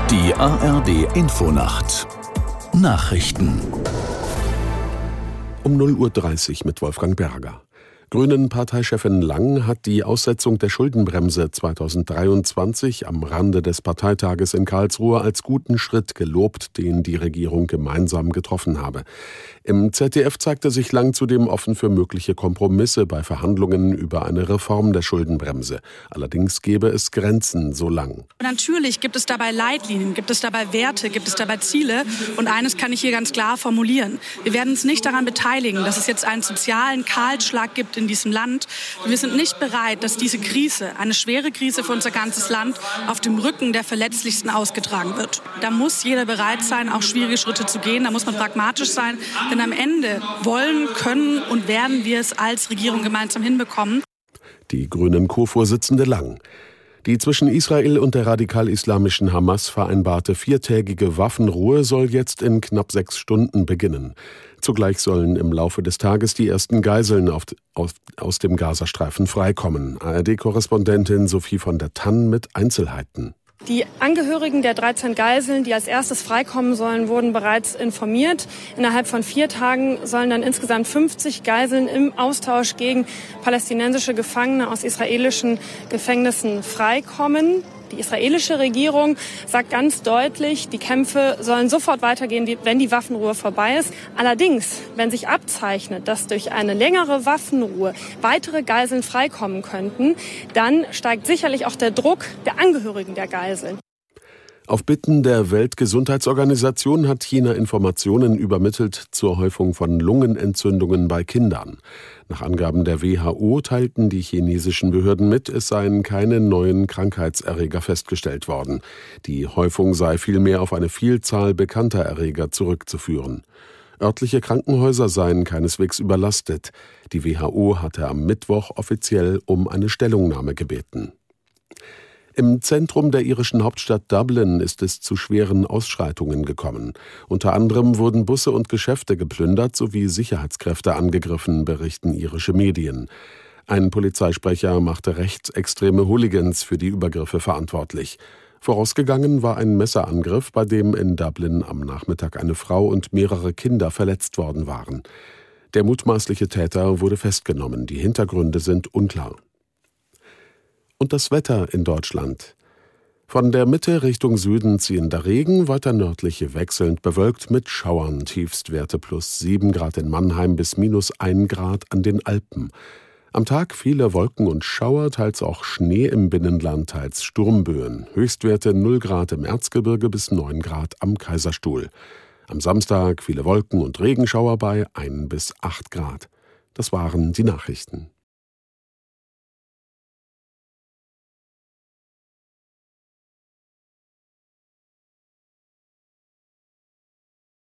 Die ARD Infonacht Nachrichten um 0:30 Uhr mit Wolfgang Berger. Grünen-Parteichefin Lang hat die Aussetzung der Schuldenbremse 2023 am Rande des Parteitages in Karlsruhe als guten Schritt gelobt, den die Regierung gemeinsam getroffen habe. Im ZDF zeigte sich Lang zudem offen für mögliche Kompromisse bei Verhandlungen über eine Reform der Schuldenbremse. Allerdings gäbe es Grenzen, so Lang. Natürlich gibt es dabei Leitlinien, gibt es dabei Werte, gibt es dabei Ziele. Und eines kann ich hier ganz klar formulieren. Wir werden uns nicht daran beteiligen, dass es jetzt einen sozialen Kahlschlag gibt in diesem Land. Wir sind nicht bereit, dass diese Krise, eine schwere Krise für unser ganzes Land, auf dem Rücken der Verletzlichsten ausgetragen wird. Da muss jeder bereit sein, auch schwierige Schritte zu gehen. Da muss man pragmatisch sein. Denn am Ende wollen, können und werden wir es als Regierung gemeinsam hinbekommen. Die Grünen-Co-Vorsitzende Lang. Die zwischen Israel und der radikal-islamischen Hamas vereinbarte 4-tägige Waffenruhe soll jetzt in knapp 6 Stunden beginnen. Zugleich sollen im Laufe des Tages die ersten Geiseln aus dem Gazastreifen freikommen. ARD-Korrespondentin Sophie von der Tann mit Einzelheiten. Die Angehörigen der 13 Geiseln, die als erstes freikommen sollen, wurden bereits informiert. Innerhalb von 4 Tagen sollen dann insgesamt 50 Geiseln im Austausch gegen palästinensische Gefangene aus israelischen Gefängnissen freikommen. Die israelische Regierung sagt ganz deutlich, die Kämpfe sollen sofort weitergehen, wenn die Waffenruhe vorbei ist. Allerdings, wenn sich abzeichnet, dass durch eine längere Waffenruhe weitere Geiseln freikommen könnten, dann steigt sicherlich auch der Druck der Angehörigen der Geiseln. Auf Bitten der Weltgesundheitsorganisation hat China Informationen übermittelt zur Häufung von Lungenentzündungen bei Kindern. Nach Angaben der WHO teilten die chinesischen Behörden mit, es seien keine neuen Krankheitserreger festgestellt worden. Die Häufung sei vielmehr auf eine Vielzahl bekannter Erreger zurückzuführen. Örtliche Krankenhäuser seien keineswegs überlastet. Die WHO hatte am Mittwoch offiziell um eine Stellungnahme gebeten. Im Zentrum der irischen Hauptstadt Dublin ist es zu schweren Ausschreitungen gekommen. Unter anderem wurden Busse und Geschäfte geplündert sowie Sicherheitskräfte angegriffen, berichten irische Medien. Ein Polizeisprecher machte rechtsextreme Hooligans für die Übergriffe verantwortlich. Vorausgegangen war ein Messerangriff, bei dem in Dublin am Nachmittag eine Frau und mehrere Kinder verletzt worden waren. Der mutmaßliche Täter wurde festgenommen. Die Hintergründe sind unklar. Und das Wetter in Deutschland. Von der Mitte Richtung Süden ziehender Regen, weiter nördliche wechselnd bewölkt mit Schauern, Tiefstwerte +7 Grad in Mannheim bis -1 Grad an den Alpen. Am Tag viele Wolken und Schauer, teils auch Schnee im Binnenland, teils Sturmböen. Höchstwerte 0 Grad im Erzgebirge bis 9 Grad am Kaiserstuhl. Am Samstag viele Wolken und Regenschauer bei 1 bis 8 Grad. Das waren die Nachrichten.